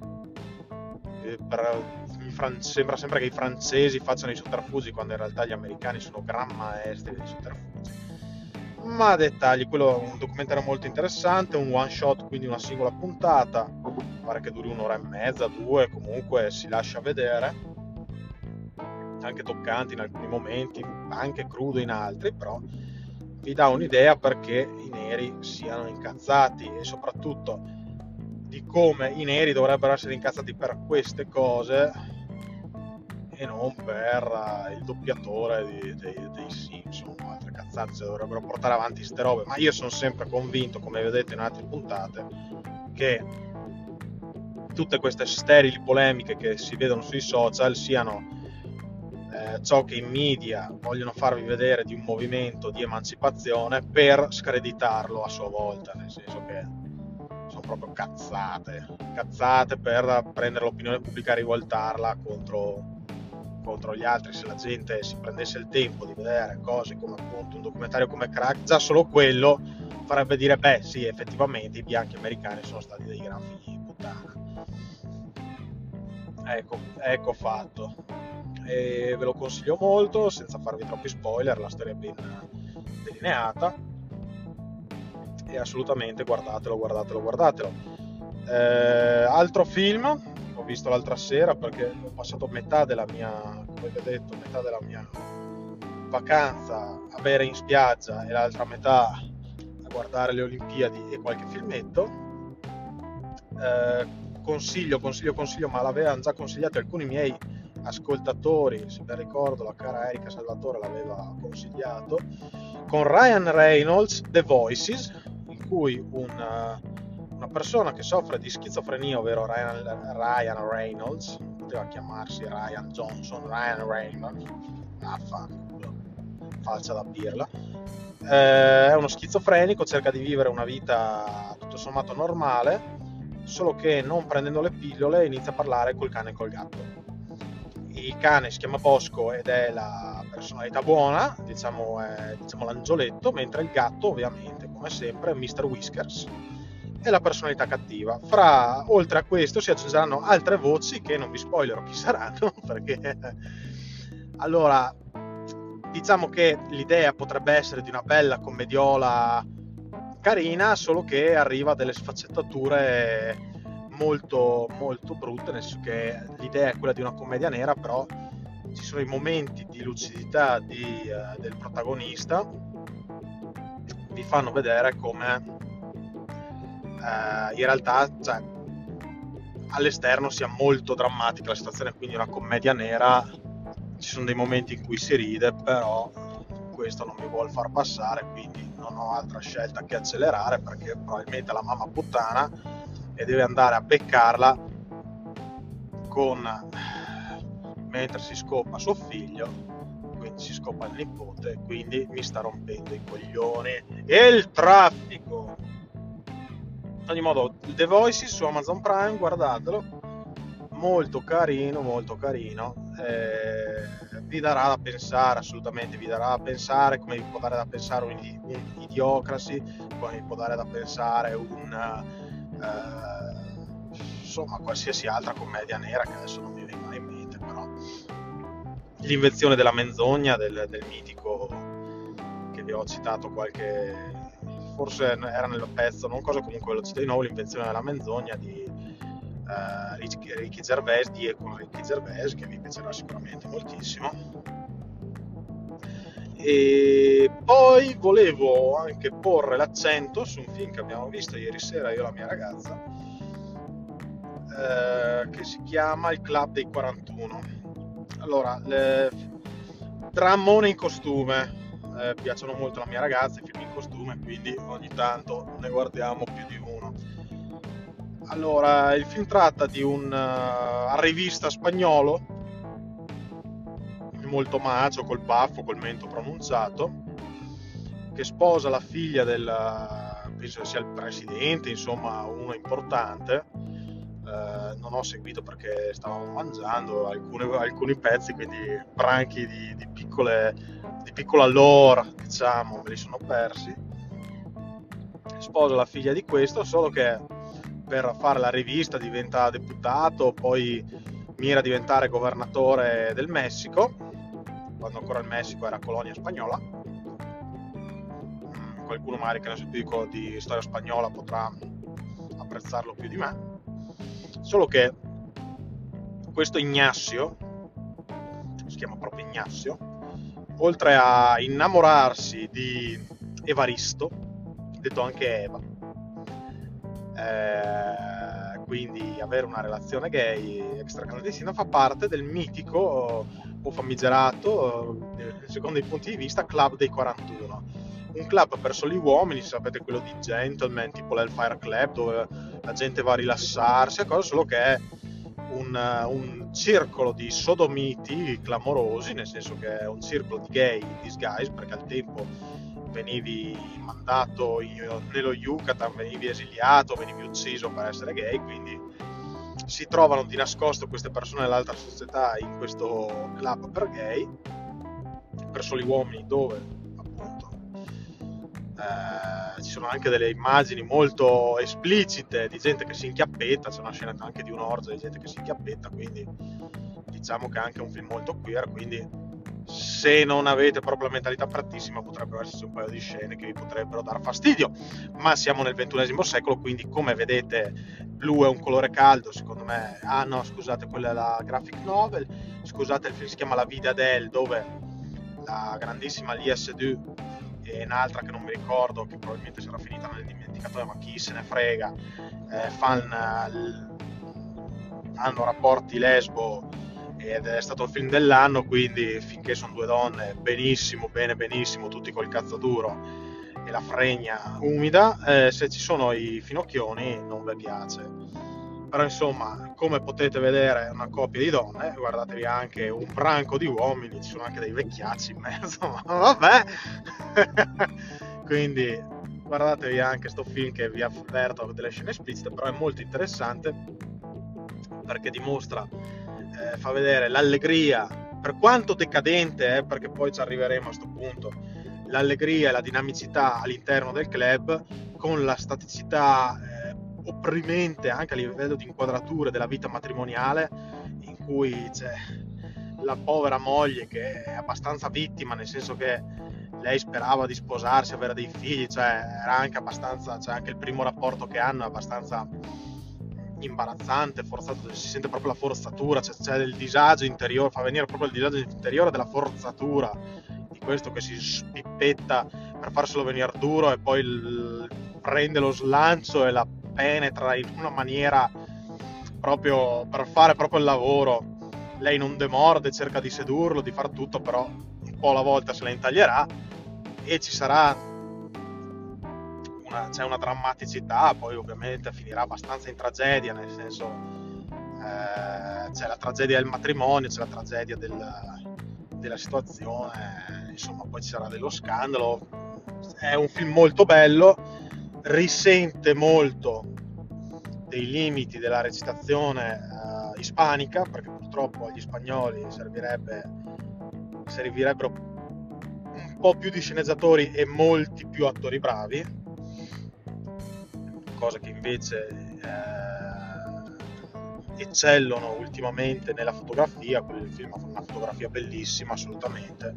sembra sempre che i francesi facciano i sotterfugi quando in realtà gli americani sono gran maestri dei sotterfugi. Ma dettagli, quello è un documentario molto interessante, un one shot, quindi una singola puntata, pare che duri 1 ora e mezza, 2, comunque si lascia vedere, anche toccante in alcuni momenti, anche crudo in altri, però vi dà un'idea perché i neri siano incazzati e soprattutto di come i neri dovrebbero essere incazzati per queste cose e non per il doppiatore dei Simpson o altre cazzate. Dovrebbero portare avanti ste robe, ma io sono sempre convinto, come vedete in altre puntate, che tutte queste sterili polemiche che si vedono sui social siano ciò che i media vogliono farvi vedere di un movimento di emancipazione per screditarlo a sua volta, nel senso che sono proprio cazzate per prendere l'opinione pubblica e rivoltarla contro gli altri. Se la gente si prendesse il tempo di vedere cose come appunto un documentario come Crack, già solo quello farebbe dire beh sì, effettivamente i bianchi americani sono stati dei gran figli di puttana. Ecco fatto, e ve lo consiglio molto senza farvi troppi spoiler, la storia è ben delineata e assolutamente guardatelo. Altro film ho visto l'altra sera, perché ho passato metà della mia vacanza a bere in spiaggia e l'altra metà a guardare le Olimpiadi e qualche filmetto. Consiglio, ma l'avevano già consigliato alcuni miei ascoltatori, se ben ricordo la cara Erika Salvatore l'aveva consigliato, con Ryan Reynolds, The Voices, in cui una persona che soffre di schizofrenia, ovvero Ryan Reynolds, poteva chiamarsi Ryan Johnson, Ryan Reynolds, falsa da pirla, è uno schizofrenico, cerca di vivere una vita tutto sommato normale, solo che non prendendo le pillole inizia a parlare col cane e col gatto. Il cane si chiama Bosco ed è la personalità buona, diciamo l'angioletto, mentre il gatto ovviamente, come sempre, è Mr. Whiskers, è la personalità cattiva. Oltre a questo si aggiungeranno altre voci che non vi spoilerò chi saranno, perché allora diciamo che l'idea potrebbe essere di una bella commediola carina, solo che arriva a delle sfaccettature molto molto brutte, nel senso che l'idea è quella di una commedia nera, però ci sono i momenti di lucidità del protagonista, vi fanno vedere come in realtà, cioè, all'esterno sia molto drammatica la situazione, quindi una commedia nera, ci sono dei momenti in cui si ride, però questo non mi vuol far passare, quindi non ho altra scelta che accelerare, perché probabilmente la mamma puttana e deve andare a beccarla mentre si scopa suo figlio, quindi si scopa il nipote, quindi mi sta rompendo i coglioni e il traffico. In ogni modo, The Voices su Amazon Prime, guardatelo, molto carino, vi darà da pensare, assolutamente vi darà da pensare, come vi può dare da pensare un Idiocracy, come vi può dare da pensare insomma qualsiasi altra commedia nera che adesso non mi vengono in mente, però l'invenzione della menzogna del mitico che vi ho citato forse era nel pezzo, non cosa, comunque lo cito di nuovo, l'invenzione della menzogna di Ricky Gervais, con Ricky Gervais, che mi piacerà sicuramente moltissimo. E poi volevo anche porre l'accento su un film che abbiamo visto ieri sera io e la mia ragazza, che si chiama Il Club dei 41. Allora, drammone in costume, piacciono molto alla mia ragazza i film in costume, quindi ogni tanto ne guardiamo più di uno. Allora, il film tratta di un arrivista spagnolo molto macio, col baffo, col mento pronunciato, che sposa la figlia penso sia il presidente, insomma uno importante. Non ho seguito perché stavamo mangiando alcuni pezzi, quindi branchi di piccola lore, diciamo, me li sono persi. Sposa la figlia di questo, solo che per fare la rivista diventa deputato, poi mira a diventare governatore del Messico, quando ancora il Messico era colonia spagnola. Qualcuno magari che ne sa più di storia spagnola potrà apprezzarlo più di me. Solo che questo Ignacio, si chiama proprio Ignacio, oltre a innamorarsi di Evaristo, detto anche Eva, quindi avere una relazione gay extraclandestina, fa parte del mitico o famigerato, secondo i punti di vista, Club dei 41. Un club per soli uomini, sapete, quello di gentleman, tipo l'Hellfire Club, dove la gente va a rilassarsi, solo che è un circolo di sodomiti clamorosi, nel senso che è un circolo di gay in disguise, perché al tempo venivi mandato nello Yucatan, venivi esiliato, venivi ucciso per essere gay, quindi si trovano di nascosto queste persone dell'alta società in questo club per gay, per soli uomini, dove appunto ci sono anche delle immagini molto esplicite di gente che si inchiappetta, c'è una scena anche di un'orgia di gente che si inchiappetta, quindi diciamo che è anche un film molto queer, quindi se non avete proprio la mentalità prattissima potrebbero esserci un paio di scene che vi potrebbero dar fastidio, ma siamo nel XXI secolo, quindi come vedete blu è un colore caldo, secondo me. Ah no, scusate, quella è la graphic novel, scusate, il film si chiama La Vida d'Elle, dove la grandissima Lia Seydoux e un'altra che non mi ricordo, che probabilmente sarà finita nel dimenticatoio, ma chi se ne frega, hanno rapporti lesbo, ed è stato il film dell'anno, quindi finché sono due donne, benissimo, benissimo, tutti col cazzo duro e la fregna umida. Se ci sono i finocchioni non vi piace, però insomma, come potete vedere è una coppia di donne, guardatevi anche un branco di uomini, ci sono anche dei vecchiacci in mezzo, ma vabbè. Quindi guardatevi anche sto film, che vi avverto delle scene esplicite, però è molto interessante perché dimostra, fa vedere l'allegria, per quanto decadente, perché poi ci arriveremo a questo punto, l'allegria e la dinamicità all'interno del club, con la staticità opprimente anche a livello di inquadrature della vita matrimoniale, in cui c'è la povera moglie che è abbastanza vittima, nel senso che lei sperava di sposarsi, avere dei figli, cioè era anche abbastanza, cioè anche il primo rapporto che hanno è abbastanza imbarazzante, forzato, si sente proprio la forzatura, c'è il disagio interiore, fa venire proprio il disagio interiore della forzatura di questo che si spippetta per farselo venire duro e poi prende lo slancio e la penetra in una maniera proprio per fare proprio il lavoro. Lei non demorde, cerca di sedurlo, di far tutto, però un po' alla volta se la intaglierà e ci sarà c'è una drammaticità, poi ovviamente finirà abbastanza in tragedia, nel senso c'è la tragedia del matrimonio, c'è la tragedia della situazione, insomma poi ci sarà dello scandalo. È un film molto bello, risente molto dei limiti della recitazione ispanica, perché purtroppo agli spagnoli servirebbero un po' più di sceneggiatori e molti più attori bravi, cosa che invece eccellono ultimamente nella fotografia. Quello del film ha una fotografia bellissima, assolutamente,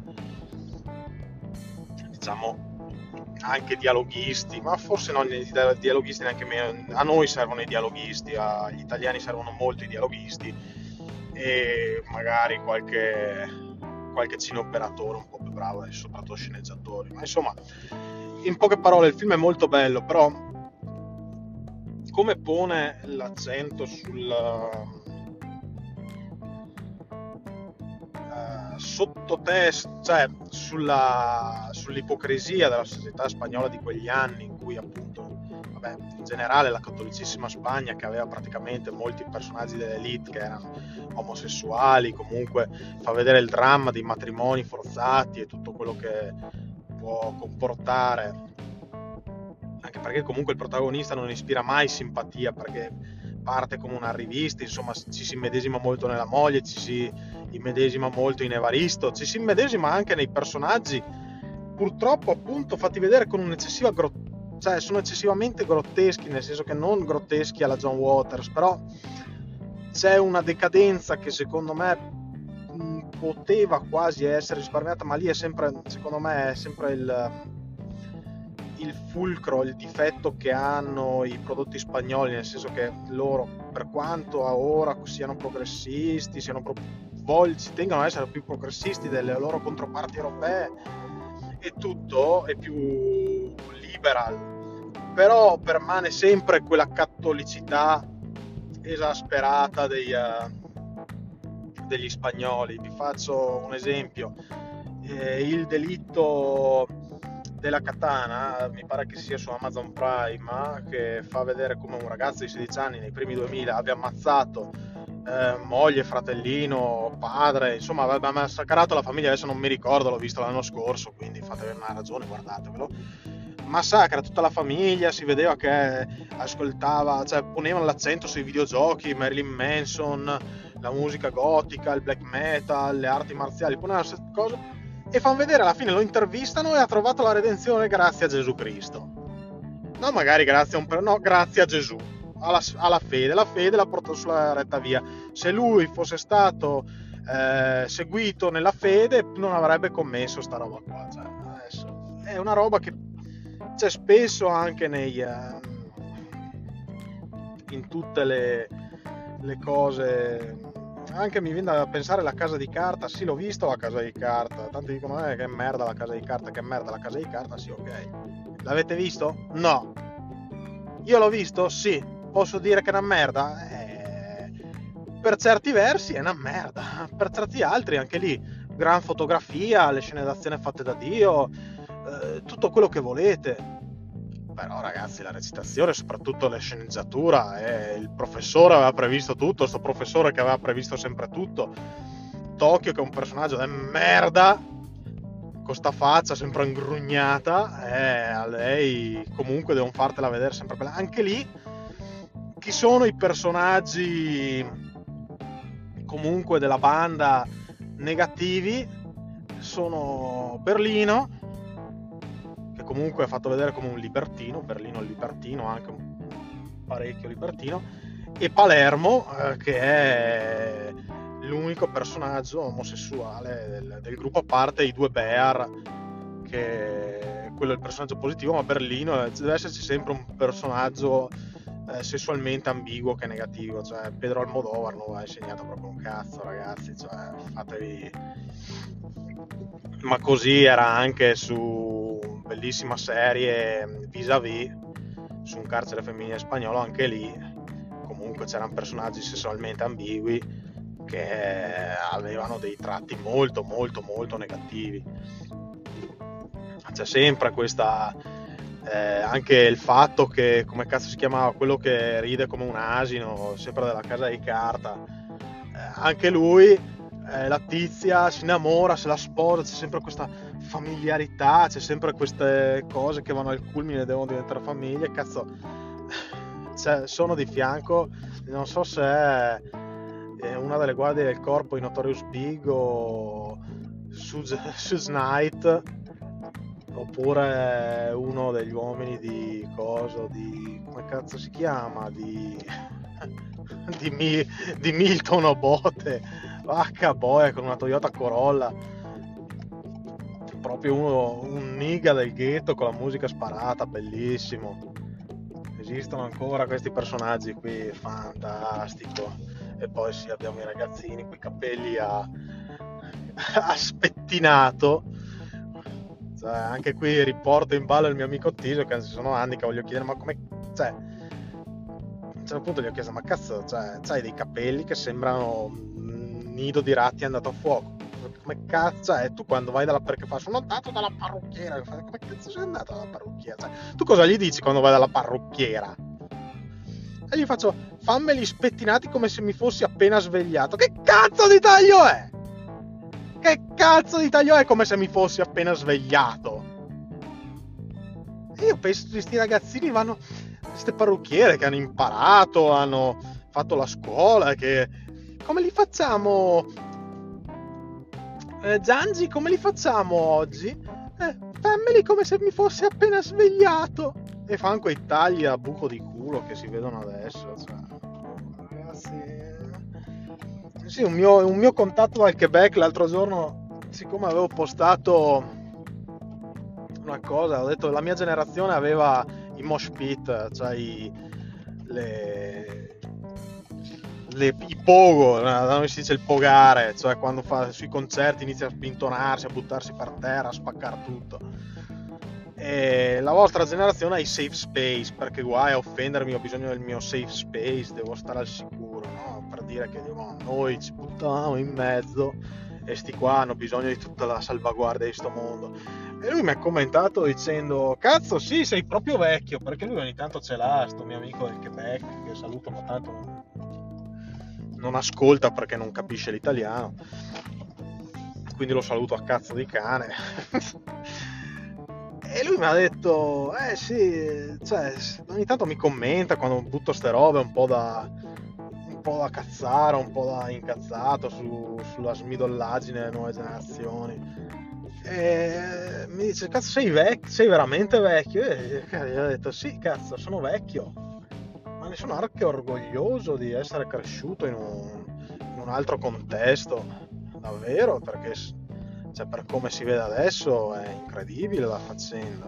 diciamo anche dialoghisti, ma forse non i dialoghisti neanche meno. A noi servono i dialoghisti, agli italiani servono molto i dialoghisti e magari qualche cineoperatore un po' più bravo e soprattutto sceneggiatori, ma insomma, in poche parole il film è molto bello, però come pone l'accento sul sottotesto, cioè sull'ipocrisia della società spagnola di quegli anni, in cui appunto, vabbè, in generale la cattolicissima Spagna, che aveva praticamente molti personaggi dell'elite che erano omosessuali, comunque fa vedere il dramma dei matrimoni forzati e tutto quello che può comportare, anche perché comunque il protagonista non ispira mai simpatia, perché parte come una rivista, insomma ci si immedesima molto nella moglie, ci si immedesima molto in Evaristo, ci si immedesima anche nei personaggi, purtroppo appunto fatti vedere con un'eccessiva cioè sono eccessivamente grotteschi, nel senso che non grotteschi alla John Waters, però c'è una decadenza che secondo me poteva quasi essere risparmiata, ma lì è sempre, secondo me, è sempre il fulcro, il difetto che hanno i prodotti spagnoli, nel senso che loro, per quanto a ora siano progressisti, si tengano ad essere più progressisti delle loro controparti europee e tutto, è più liberal, però permane sempre quella cattolicità esasperata degli spagnoli. Vi faccio un esempio: il delitto della katana, mi pare che sia su Amazon Prime, che fa vedere come un ragazzo di 16 anni nei primi 2000 abbia ammazzato moglie, fratellino, padre, insomma aveva massacrato la famiglia. Adesso non mi ricordo, l'ho visto l'anno scorso, quindi fatevi una ragione, guardatevelo. Massacra tutta la famiglia, si vedeva che ascoltava, cioè ponevano l'accento sui videogiochi, Marilyn Manson, la musica gotica, il black metal, le arti marziali, ponevano queste cose e fanno vedere, alla fine lo intervistano e ha trovato la redenzione grazie a Gesù Cristo. No, magari grazie a no, grazie a Gesù, alla fede. La fede l'ha portato sulla retta via. Se lui fosse stato seguito nella fede, non avrebbe commesso sta roba qua. Cioè, adesso è una roba che c'è spesso anche in tutte le cose. Anche mi viene da pensare La Casa di Carta. Sì, l'ho visto La Casa di Carta, tanti dicono che merda La Casa di Carta, che merda La Casa di Carta. Sì, ok, l'avete visto? No. Io l'ho visto? Sì. Posso dire che è una merda? Per certi versi è una merda, per certi altri anche lì gran fotografia, le scene d'azione fatte da Dio, tutto quello che volete. Però ragazzi, la recitazione, soprattutto la sceneggiatura, il professore aveva previsto tutto, sto professore che aveva previsto sempre tutto. Tokyo, che è un personaggio di merda, con sta faccia sempre ingrugnata, a lei comunque devono fartela vedere sempre bella. Anche lì, chi sono i personaggi comunque della banda negativi? Sono Berlino, che comunque è fatto vedere come un libertino, Berlino il libertino, anche un parecchio libertino, e Palermo, che è l'unico personaggio omosessuale del gruppo, a parte i due Bear, che quello è il personaggio positivo, ma Berlino deve esserci sempre un personaggio sessualmente ambiguo che è negativo. Cioè Pedro Almodovar non ha insegnato proprio un cazzo, ragazzi, cioè fatevi. Ma così era anche su bellissima serie Vis-a-Vis, su un carcere femminile spagnolo. Anche lì comunque c'erano personaggi sessualmente ambigui che avevano dei tratti molto molto molto negativi. C'è sempre questa anche il fatto che, come cazzo si chiamava quello che ride come un asino, sempre della Casa di Carta, anche lui, la tizia si innamora, se la sposa, c'è sempre questa familiarità, c'è sempre queste cose che vanno al culmine e devono diventare famiglie. Cazzo, cioè, sono di fianco, non so se è una delle guardie del corpo in Notorious Big o Suge Knight, oppure uno degli uomini di come cazzo si chiama, di Milton Obote, vacca boia, con una Toyota Corolla, proprio un niga del ghetto con la musica sparata, bellissimo. Esistono ancora questi personaggi qui, fantastico. E poi sì, abbiamo i ragazzini con i capelli a spettinato. Cioè, anche qui riporto in ballo il mio amico Tisio, che sono anni che voglio chiedere, ma come, cioè, a un certo punto gli ho chiesto, ma cazzo, cioè, c'hai dei capelli che sembrano un nido di ratti andato a fuoco, come cazzo, tu quando vai perché sono andato dalla parrucchiera, come cazzo sei andato dalla parrucchiera? Cioè, tu cosa gli dici quando vai dalla parrucchiera? E gli faccio, fammeli spettinati come se mi fossi appena svegliato. Che cazzo di taglio è? Che cazzo di taglio è come se mi fossi appena svegliato? io penso che questi ragazzini vanno, queste parrucchiere che hanno imparato, hanno fatto la scuola, che come li facciamo, Giangi, come li facciamo oggi? Fammeli come se mi fossi appena svegliato. E fanno quei tagli a buco di culo che si vedono adesso, cioè, ragazzi. Sì, un mio contatto dal Quebec l'altro giorno, siccome avevo postato una cosa, ho detto la mia generazione aveva i mosh pit, cioè i pogo, da noi si dice il pogare, cioè quando sui concerti inizia a spintonarsi, a buttarsi per terra, a spaccare tutto. E la vostra generazione ha i safe space, perché guai a offendermi, ho bisogno del mio safe space, devo stare al sicuro, no? Per dire che noi ci buttiamo in mezzo e sti qua hanno bisogno di tutta la salvaguardia di sto mondo. E lui mi ha commentato dicendo: cazzo, sì, sei proprio vecchio, perché lui ogni tanto ce l'ha, sto mio amico del Quebec, che saluto, ma tanto non ascolta perché non capisce l'italiano, quindi lo saluto a cazzo di cane. E lui mi ha detto: sì, cioè, ogni tanto mi commenta quando butto ste robe un po' da cazzare, un po' da incazzato sulla smidollaggine delle nuove generazioni. E mi dice: cazzo, sei veramente vecchio? E gli ho detto: sì, cazzo, sono vecchio, ma ne sono anche orgoglioso di essere cresciuto in un altro contesto, davvero, perché cioè, per come si vede adesso è incredibile la faccenda.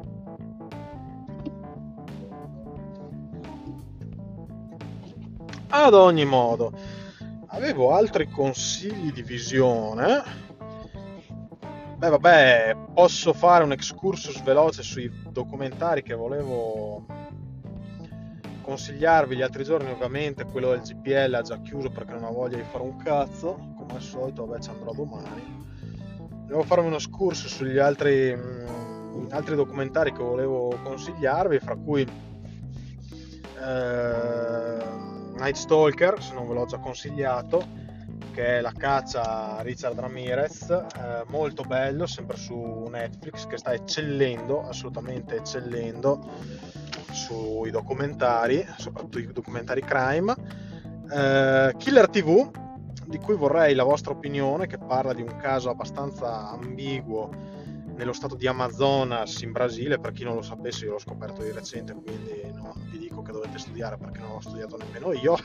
Ad ogni modo, avevo altri consigli di visione. Beh, vabbè, posso fare un excursus veloce sui documentari che volevo consigliarvi gli altri giorni. Ovviamente quello del GPL ha già chiuso perché non ho voglia di fare un cazzo, come al solito. Vabbè, ci andrò domani. Devo farmi uno excursus sugli altri documentari che volevo consigliarvi, fra cui Night Stalker, se non ve l'ho già consigliato, che è la caccia a Richard Ramirez, molto bello, sempre su Netflix, che sta eccellendo, assolutamente eccellendo sui documentari, soprattutto i documentari crime. Killer TV, di cui vorrei la vostra opinione, che parla di un caso abbastanza ambiguo nello stato di Amazonas in Brasile. Per chi non lo sapesse, io l'ho scoperto di recente, quindi non vi dico che dovete studiare perché non l'ho studiato nemmeno io.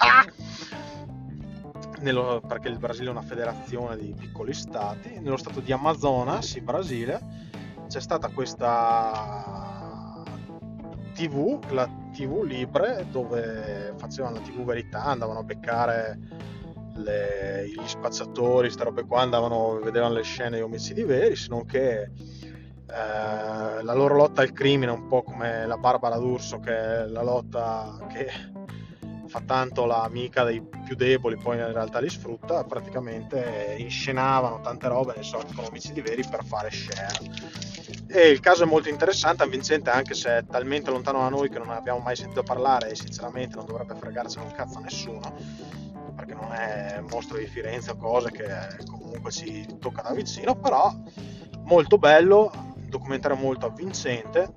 Perché il Brasile è una federazione di piccoli stati. Nello stato di Amazonas in Brasile c'è stata questa TV, la TV Libre, dove facevano la TV Verità, andavano a beccare gli spacciatori, queste robe qua, vedevano le scene di omicidi veri, se non che la loro lotta al crimine, un po' come la Barbara D'Urso, che è la lotta che fa tanto l'amica dei più deboli, poi in realtà li sfrutta. Praticamente inscenavano tante robe con omicidi veri per fare share. E il caso è molto interessante, avvincente, anche se è talmente lontano da noi che non ne abbiamo mai sentito parlare, e sinceramente non dovrebbe fregarcene un cazzo a nessuno, perché non è Mostro di Firenze o cose che comunque ci tocca da vicino. Però molto bello, un documentario molto avvincente,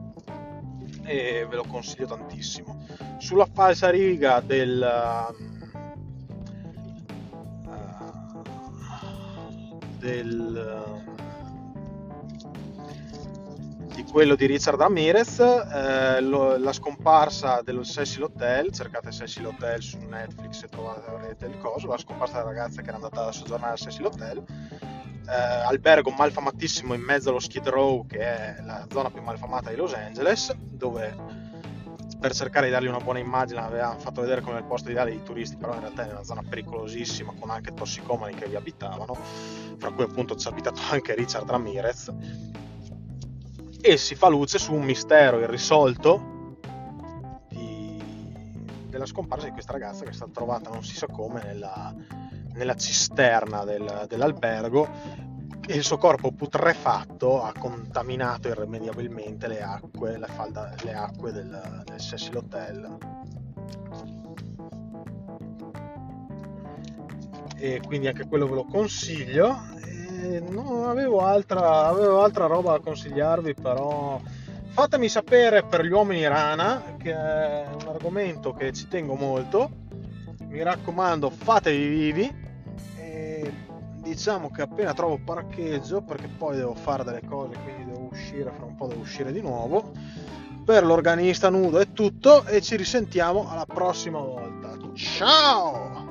e ve lo consiglio tantissimo. Sulla falsariga di quello di Richard Ramirez, la scomparsa dello Cecil Hotel. Cercate Cecil Hotel su Netflix e troverete il coso, la scomparsa della ragazza che era andata a soggiornare al Cecil Hotel, albergo malfamatissimo in mezzo allo Skid Row, che è la zona più malfamata di Los Angeles, dove per cercare di dargli una buona immagine avevano fatto vedere come il posto ideale dei turisti, però in realtà è una zona pericolosissima, con anche tossicomani che vi abitavano, fra cui appunto ci ha abitato anche Richard Ramirez. E si fa luce su un mistero irrisolto della scomparsa di questa ragazza, che è stata trovata non si sa come nella cisterna dell'albergo, e il suo corpo putrefatto ha contaminato irrimediabilmente le acque del Cecil Hotel. E quindi anche quello ve lo consiglio. Non avevo altra roba da consigliarvi, però Fatemi sapere per gli uomini rana, che è un argomento che ci tengo molto. Mi raccomando, fatevi vivi. E diciamo che appena trovo parcheggio, perché poi devo fare delle cose, quindi devo uscire, fra un po' devo uscire di nuovo. Per l'organista nudo è tutto e ci risentiamo alla prossima volta. Ciao!